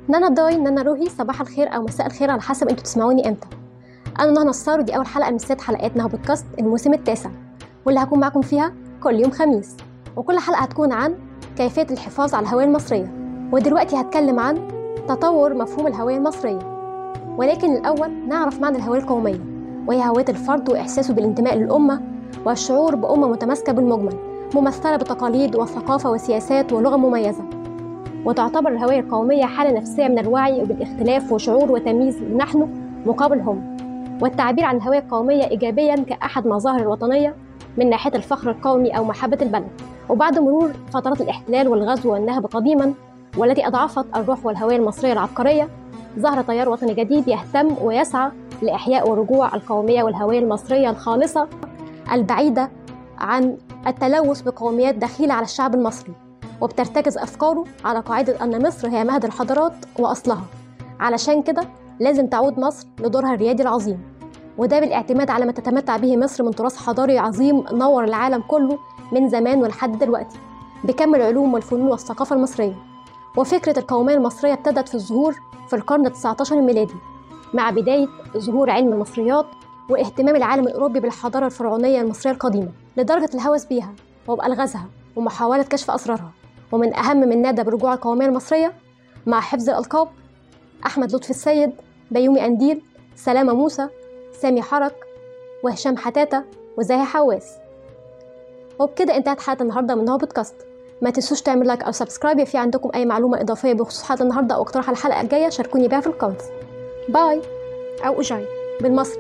نانا داي، نانا روحي، صباح الخير او مساء الخير على حسب انتوا تسمعوني امتى. انا نهى نصار، ودي اول حلقه من 6 حلقات نهى بودكاست الموسم التاسع، واللي هكون معاكم فيها كل يوم خميس. وكل حلقه هتكون عن كيفيه الحفاظ على الهويه المصريه. ودلوقتي هتكلم عن تطور مفهوم الهويه المصريه. ولكن الاول نعرف معنى الهويه القوميه، وهي هويه الفرد واحساسه بالانتماء للامه والشعور بامه متماسكه بالمجمل، ممثله بتقاليد وثقافه وسياسات ولغه مميزه. وتعتبر الهوية القومية حالة نفسية من الوعي بالاختلاف وشعور وتمييز نحن مقابل هم، والتعبير عن الهوية القومية إيجابيا كأحد مظاهر الوطنية من ناحية الفخر القومي أو محبة البلد. وبعد مرور فترات الاحتلال والغزو والنهب قديما، والتي أضعفت الروح والهوية المصرية العبقرية، ظهر تيار وطني جديد يهتم ويسعى لإحياء ورجوع القومية والهوية المصرية الخالصة البعيدة عن التلوث بقوميات دخيلة على الشعب المصري، وبترتكز أفكاره على قاعدة أن مصر هي مهد الحضارات وأصلها. علشان كده لازم تعود مصر لدورها الريادي العظيم، وده بالاعتماد على ما تتمتع به مصر من تراث حضاري عظيم نور العالم كله من زمان ولحد دلوقتي بكم العلوم والفنون والثقافة المصرية. وفكرة القومية المصرية ابتدت في الظهور في القرن ال19 الميلادي، مع بداية ظهور علم المصريات واهتمام العالم الأوروبي بالحضارة الفرعونية المصرية القديمة، لدرجة الهوس بيها وبألغازها ومحاولة كشف أسرارها. ومن أهم من نادى برجوع القومية المصرية مع حفظ الألقاب أحمد لطفي السيد، بيومي قنديل، سلامة موسى، سامي حرك، وهشام حتاتة، وزاهي حواس. وبكده انتهت حلقة النهاردة من نهى بودكاست. ما تنسوش تعمل لايك أو سبسكرايب. في عندكم أي معلومة إضافية بخصوص حلقة النهاردة أو اقتراح على الحلقة الجاية شاركوني بيها في الكومنتس. باي أو أجاي بالمصري.